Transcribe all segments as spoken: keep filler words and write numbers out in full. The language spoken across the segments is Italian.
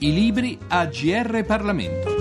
I libri a G R Parlamento.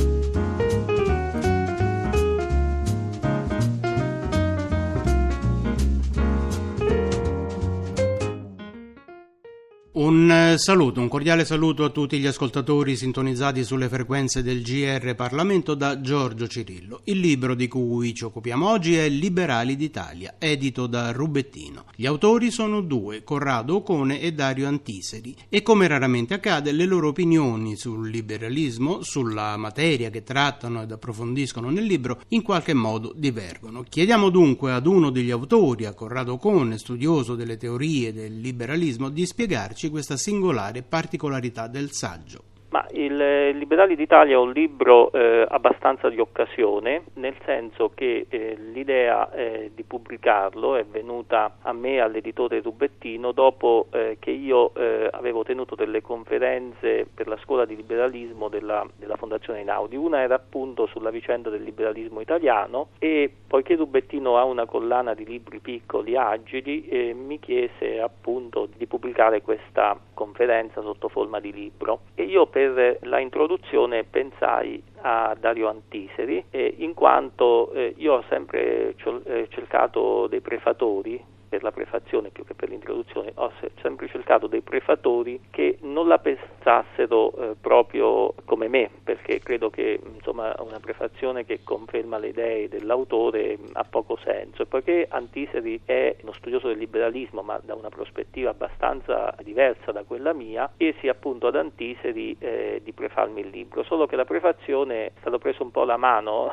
Un saluto, un cordiale saluto a tutti gli ascoltatori sintonizzati sulle frequenze del G R Parlamento da Giorgio Cirillo. Il libro di cui ci occupiamo oggi è Liberali d'Italia, edito da Rubettino. Gli autori sono due, Corrado Ocone e Dario Antiseri, e come raramente accade le loro opinioni sul liberalismo, sulla materia che trattano ed approfondiscono nel libro, in qualche modo divergono. Chiediamo dunque ad uno degli autori, a Corrado Ocone, studioso delle teorie del liberalismo, di spiegarci questa singolare particolarità del saggio. Ma il Liberali d'Italia è un libro eh, abbastanza di occasione, nel senso che eh, l'idea eh, di pubblicarlo è venuta a me, all'editore Rubettino, dopo eh, che io eh, avevo tenuto delle conferenze per la scuola di liberalismo della, della Fondazione Einaudi. Una era appunto sulla vicenda del liberalismo italiano e poiché Rubettino ha una collana di libri piccoli, agili, eh, mi chiese appunto di pubblicare questa conferenza sotto forma di libro. E io per Per la introduzione pensai a Dario Antiseri, eh, in quanto eh, io ho sempre eh, cercato dei prefatori, per la prefazione più che per l'introduzione, ho sempre cercato dei prefatori che non la pensassero eh, proprio come me, perché credo che insomma una prefazione che conferma le idee dell'autore mh, ha poco senso. E poiché Antiseri è uno studioso del liberalismo, ma da una prospettiva abbastanza diversa da quella mia, chiesi appunto ad Antiseri eh, di prefarmi il libro, solo che la prefazione è stato preso un po' la mano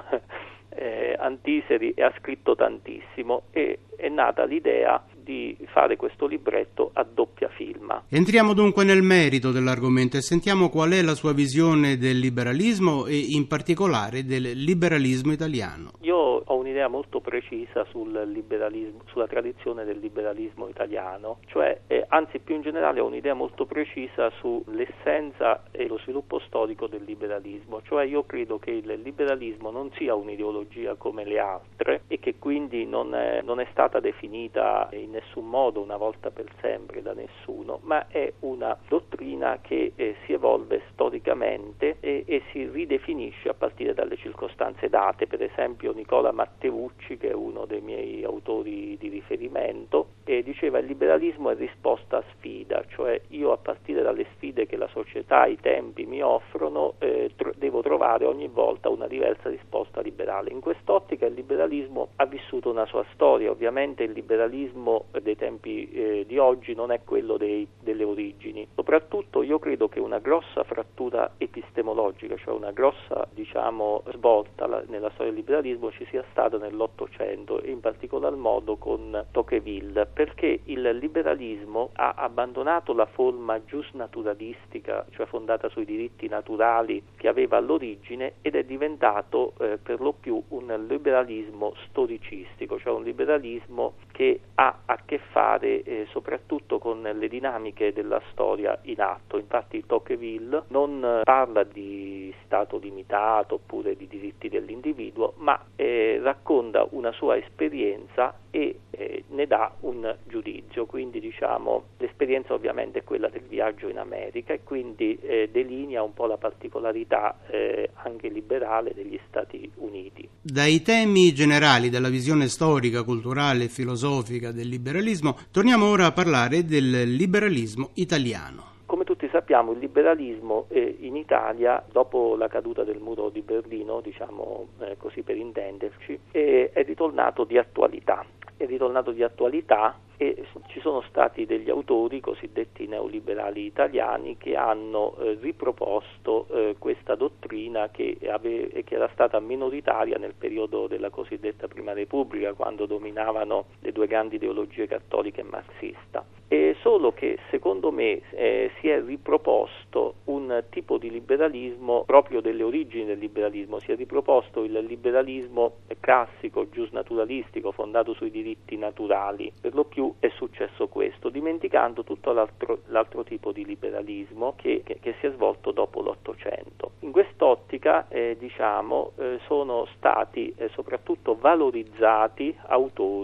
Eh, Antiseri e ha scritto tantissimo e è nata l'idea di fare questo libretto a doppia firma. Entriamo dunque nel merito dell'argomento e sentiamo qual è la sua visione del liberalismo e in particolare del liberalismo italiano. Io ho un'idea molto precisa sul liberalismo, sulla tradizione del liberalismo italiano, cioè eh, anzi più in generale ho un'idea molto precisa sull'essenza e lo sviluppo storico del liberalismo, cioè io credo che il liberalismo non sia un'ideologia come le altre e che quindi non è, non è stata definita in nessun modo una volta per sempre da nessuno, ma è una dottrina che eh, si evolve storicamente e, e si ridefinisce a partire dalle circostanze date. Per esempio Nicola Matteucci, che è uno dei miei autori di riferimento, e diceva il liberalismo è risposta a sfida, cioè io a partire dalle sfide che la società, i tempi mi offrono eh, tro- devo trovare ogni volta una diversa risposta liberale. In quest'ottica il liberalismo ha vissuto una sua storia. Ovviamente il liberalismo dei tempi eh, di oggi non è quello dei, delle origini. Soprattutto io credo che una grossa frattura epistemologica, cioè una grossa diciamo svolta la, nella storia del liberalismo ci sia stata nell'Ottocento e in particolar modo con Tocqueville, perché il liberalismo ha abbandonato la forma giusnaturalistica, cioè fondata sui diritti naturali che aveva all'origine, ed è diventato eh, per lo più un liberalismo storicistico, cioè un liberalismo che ha a che fare eh, soprattutto con le dinamiche della storia in atto. Infatti Tocqueville non parla di stato limitato oppure di diritti dell'individuo, ma eh, racconta una sua esperienza e eh, ne dà un giudizio. Quindi diciamo l'esperienza ovviamente è quella del viaggio in America e quindi eh, delinea un po' la particolarità eh, anche liberale degli Stati Uniti. Dai temi generali della visione storica, culturale e filosofica del liberalismo torniamo ora a parlare del liberalismo italiano. Come tutti sappiamo, il liberalismo eh, in Italia, dopo la caduta del muro di Berlino, diciamo eh, così per intenderci, eh, è ritornato di attualità. È ritornato di attualità e ci sono stati degli autori cosiddetti neoliberali italiani che hanno eh, riproposto eh, questa dottrina che, ave- che era stata minoritaria nel periodo della cosiddetta Prima Repubblica, quando dominavano le due grandi ideologie cattolica e marxista. E solo che secondo me eh, si è riproposto un tipo di liberalismo proprio delle origini del liberalismo, si è riproposto il liberalismo classico, giusnaturalistico, fondato sui diritti naturali. Per lo più è successo questo, dimenticando tutto l'altro, l'altro tipo di liberalismo che, che, che si è svolto dopo l'Ottocento. In quest'ottica eh, diciamo eh, sono stati eh, soprattutto valorizzati autori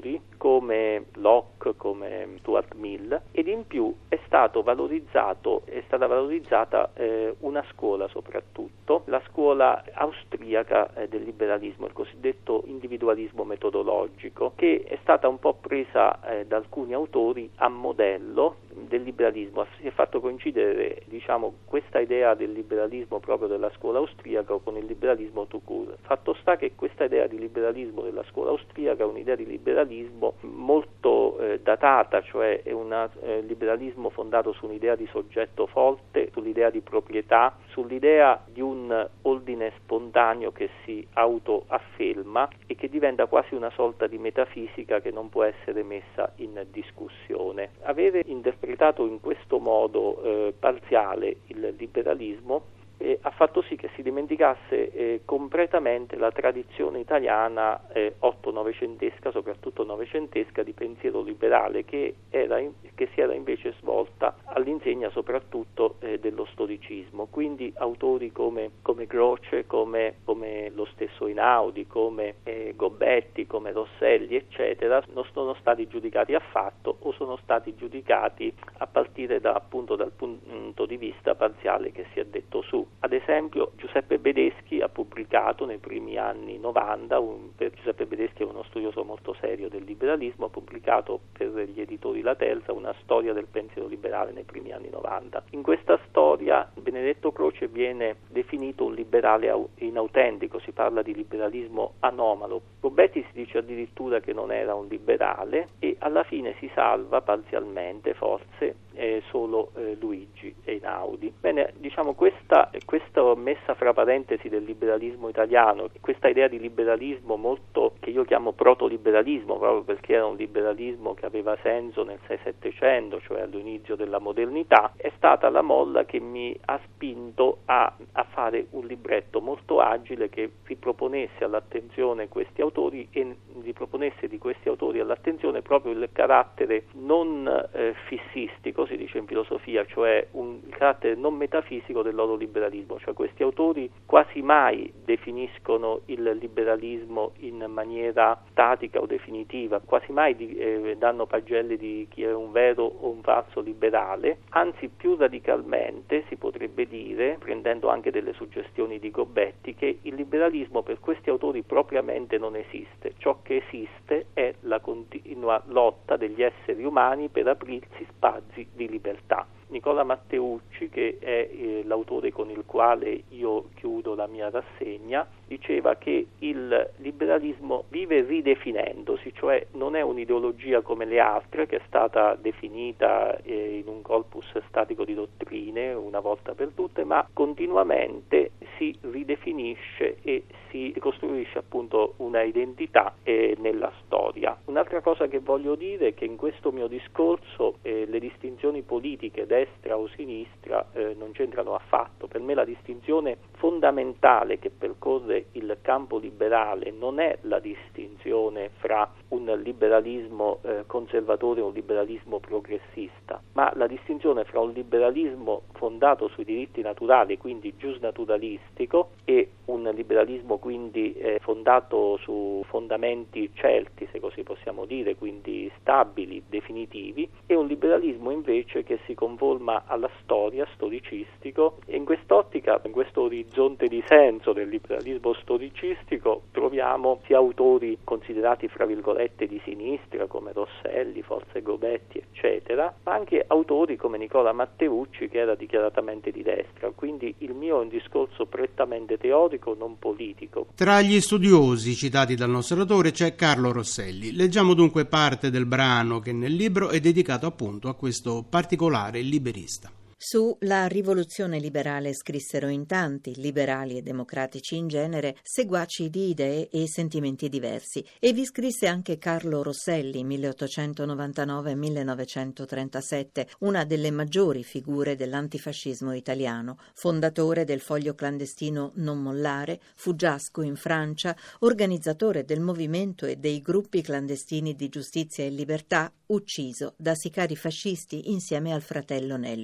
come Locke, come Stuart Mill, ed in più è stato valorizzato, è stata valorizzata eh, una scuola soprattutto, la scuola austriaca eh, del liberalismo, il cosiddetto individualismo metodologico, che è stata un po' presa eh, da alcuni autori a modello del liberalismo. Si è fatto coincidere, diciamo, questa idea del liberalismo proprio della scuola austriaca con il liberalismo tout court. Fatto sta che questa idea di liberalismo della scuola austriaca è un'idea di liberalismo molto eh, datata, cioè è un eh, liberalismo fondato su un'idea di soggetto forte, sull'idea di proprietà, sull'idea di un ordine spontaneo che si autoafferma e che diventa quasi una sorta di metafisica che non può essere messa in discussione. Avere interpretato in questo modo eh, parziale il liberalismo Eh, ha fatto sì che si dimenticasse eh, completamente la tradizione italiana eh, otto-novecentesca, soprattutto novecentesca, di pensiero liberale che, era in, che si era invece svolta all'insegna soprattutto eh, dello storicismo. Quindi autori come, come Croce, come, come lo stesso Einaudi, come eh, Gobetti, come Rosselli, eccetera, non sono stati giudicati affatto o sono stati giudicati a partire da, appunto dal punto di vista parziale che si è detto su. Ad esempio Giuseppe Bedeschi ha pubblicato nei primi anni novanta, un, per Giuseppe Bedeschi è uno studioso molto serio del liberalismo, ha pubblicato per gli editori La Terza una storia del pensiero liberale nei primi anni novanta. In questa storia Benedetto Croce viene definito un liberale inautentico, si parla di liberalismo anomalo. Gobetti si dice addirittura che non era un liberale e alla fine si salva parzialmente, forse, eh, solo eh, Luigi Einaudi. Bene, diciamo questa, questa messa fra parentesi del liberalismo italiano, questa idea di liberalismo molto, che io chiamo protoliberalismo, proprio perché era un liberalismo che aveva senso nel sei settecento, cioè all'inizio della modernità, è stata la molla che mi ha spinto a, a fare un libretto molto agile che riproponesse all'attenzione questi autori e riproponesse di questi autori all'attenzione proprio il carattere non eh, fissistico, si dice in filosofia, cioè un il carattere non metafisico del loro liberalismo, cioè questi autori quasi mai definiscono il liberalismo in maniera statica o definitiva, quasi mai di, eh, danno pagelle di chi è un vero o un falso liberale, anzi più radicalmente si potrebbe dire, prendendo anche delle suggestioni di Gobetti, che il liberalismo per questi autori propriamente non esiste. Ciò che esiste è la continua lotta degli esseri umani per aprirsi spazi di libertà. Nicola Matteucci, che è eh, l'autore con il quale io chiudo la mia rassegna, diceva che il liberalismo vive ridefinendosi, cioè non è un'ideologia come le altre che è stata definita eh, in un corpus statico di dottrine una volta per tutte, ma continuamente si ridefinisce e si costruisce appunto una identità eh, nella storia. Un'altra cosa che voglio dire è che in questo mio discorso eh, le distinzioni politiche destra o sinistra eh, non c'entrano affatto. Per me la distinzione fondamentale che percorre il campo liberale non è la distinzione fra un liberalismo eh, conservatore e un liberalismo progressista, ma la distinzione fra un liberalismo fondato sui diritti naturali, quindi giusnaturalistico, e un liberalismo quindi eh, fondato su fondamenti certi, se così possiamo dire, quindi stabili, definitivi, e un liberalismo invece che si conforma alla storia, storicistico, e in quest'ottica, in questo orizzonte di senso del liberalismo storicistico troviamo sia autori considerati fra virgolette di sinistra come Rosselli, forse Gobetti, eccetera, ma anche autori come Nicola Matteucci che era dichiaratamente di destra. Quindi il mio è un discorso prettamente teorico, non politico. Tra gli studiosi citati dal nostro autore c'è Carlo Rosselli. Leggiamo dunque parte del brano che nel libro è dedicato appunto a questo particolare liberista. Su La rivoluzione liberale scrissero in tanti, liberali e democratici in genere, seguaci di idee e sentimenti diversi, e vi scrisse anche Carlo Rosselli, milleottocentonovantanove millenovecentotrentasette, una delle maggiori figure dell'antifascismo italiano, fondatore del foglio clandestino Non Mollare, fuggiasco in Francia, organizzatore del movimento e dei gruppi clandestini di Giustizia e Libertà, ucciso da sicari fascisti insieme al fratello Nello.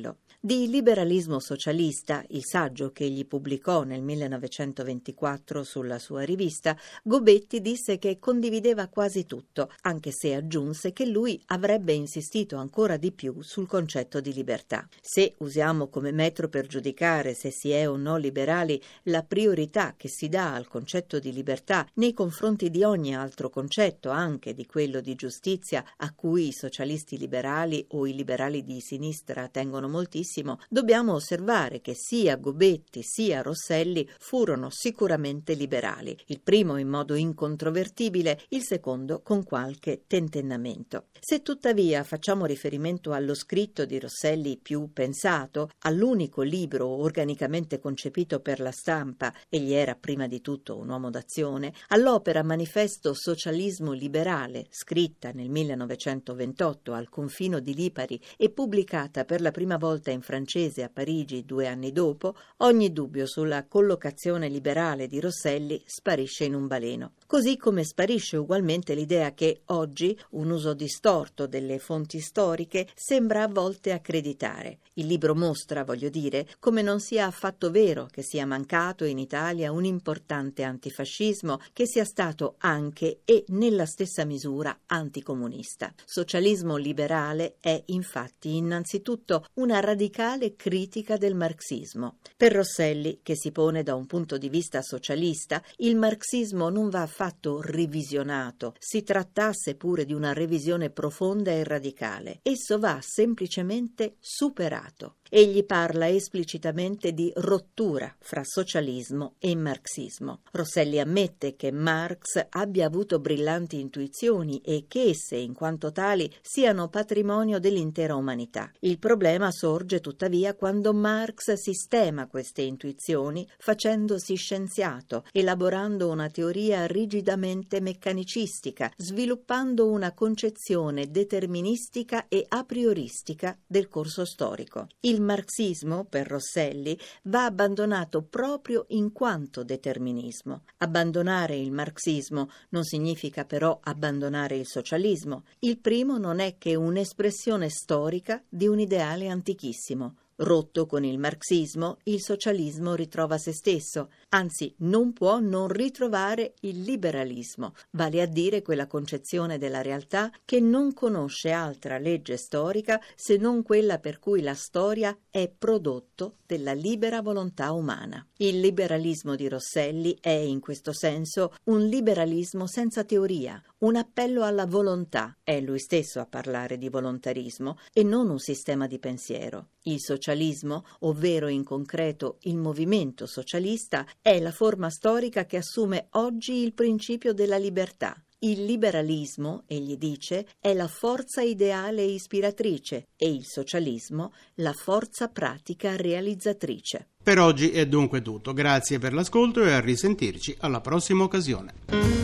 Di liberalismo socialista, il saggio che egli pubblicò nel millenovecentoventiquattro sulla sua rivista, Gobetti disse che condivideva quasi tutto, anche se aggiunse che lui avrebbe insistito ancora di più sul concetto di libertà. Se usiamo come metro per giudicare se si è o no liberali la priorità che si dà al concetto di libertà nei confronti di ogni altro concetto, anche di quello di giustizia, a cui i socialisti liberali o i liberali di sinistra tengono moltissimo, dobbiamo osservare che sia Gobetti sia Rosselli furono sicuramente liberali, il primo in modo incontrovertibile, il secondo con qualche tentennamento. Se tuttavia facciamo riferimento allo scritto di Rosselli più pensato, all'unico libro organicamente concepito per la stampa, egli era prima di tutto un uomo d'azione, all'opera Manifesto Socialismo Liberale, scritta nel millenovecentoventotto al confino di Lipari e pubblicata per la prima volta in francese a Parigi due anni dopo, ogni dubbio sulla collocazione liberale di Rosselli sparisce in un baleno. Così come sparisce ugualmente l'idea che oggi un uso distorto delle fonti storiche sembra a volte accreditare. Il libro mostra, voglio dire, come non sia affatto vero che sia mancato in Italia un importante antifascismo che sia stato anche e nella stessa misura anticomunista. Socialismo liberale è infatti innanzitutto una radicale critica del marxismo. Per Rosselli, che si pone da un punto di vista socialista, il marxismo non va affatto revisionato, si trattasse pure di una revisione profonda e radicale. Esso va semplicemente superato. Egli parla esplicitamente di rottura fra socialismo e marxismo. Rosselli ammette che Marx abbia avuto brillanti intuizioni e che esse, in quanto tali, siano patrimonio dell'intera umanità. Il problema sorge tuttavia quando Marx sistema queste intuizioni facendosi scienziato, elaborando una teoria rigidamente meccanicistica, sviluppando una concezione deterministica e a prioristica del corso storico. Il marxismo, per Rosselli, va abbandonato proprio in quanto determinismo. Abbandonare il marxismo non significa però abbandonare il socialismo. Il primo non è che un'espressione storica di un ideale antichissimo. Rotto con il marxismo, il socialismo ritrova se stesso, anzi non può non ritrovare il liberalismo, vale a dire quella concezione della realtà che non conosce altra legge storica se non quella per cui la storia è prodotto della libera volontà umana. Il liberalismo di Rosselli è in questo senso un liberalismo senza teoria, un appello alla volontà, è lui stesso a parlare di volontarismo, e non un sistema di pensiero. Il socialismo, ovvero in concreto il movimento socialista, è la forma storica che assume oggi il principio della libertà. Il liberalismo, egli dice, è la forza ideale ispiratrice e il socialismo la forza pratica realizzatrice. Per oggi è dunque tutto. Grazie per l'ascolto e a risentirci alla prossima occasione.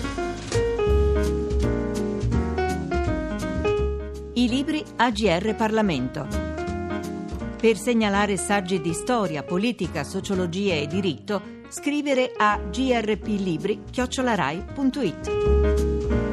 I libri A G R Parlamento. Per segnalare saggi di storia, politica, sociologia e diritto, scrivere a grplibri chiocciola rai punto it.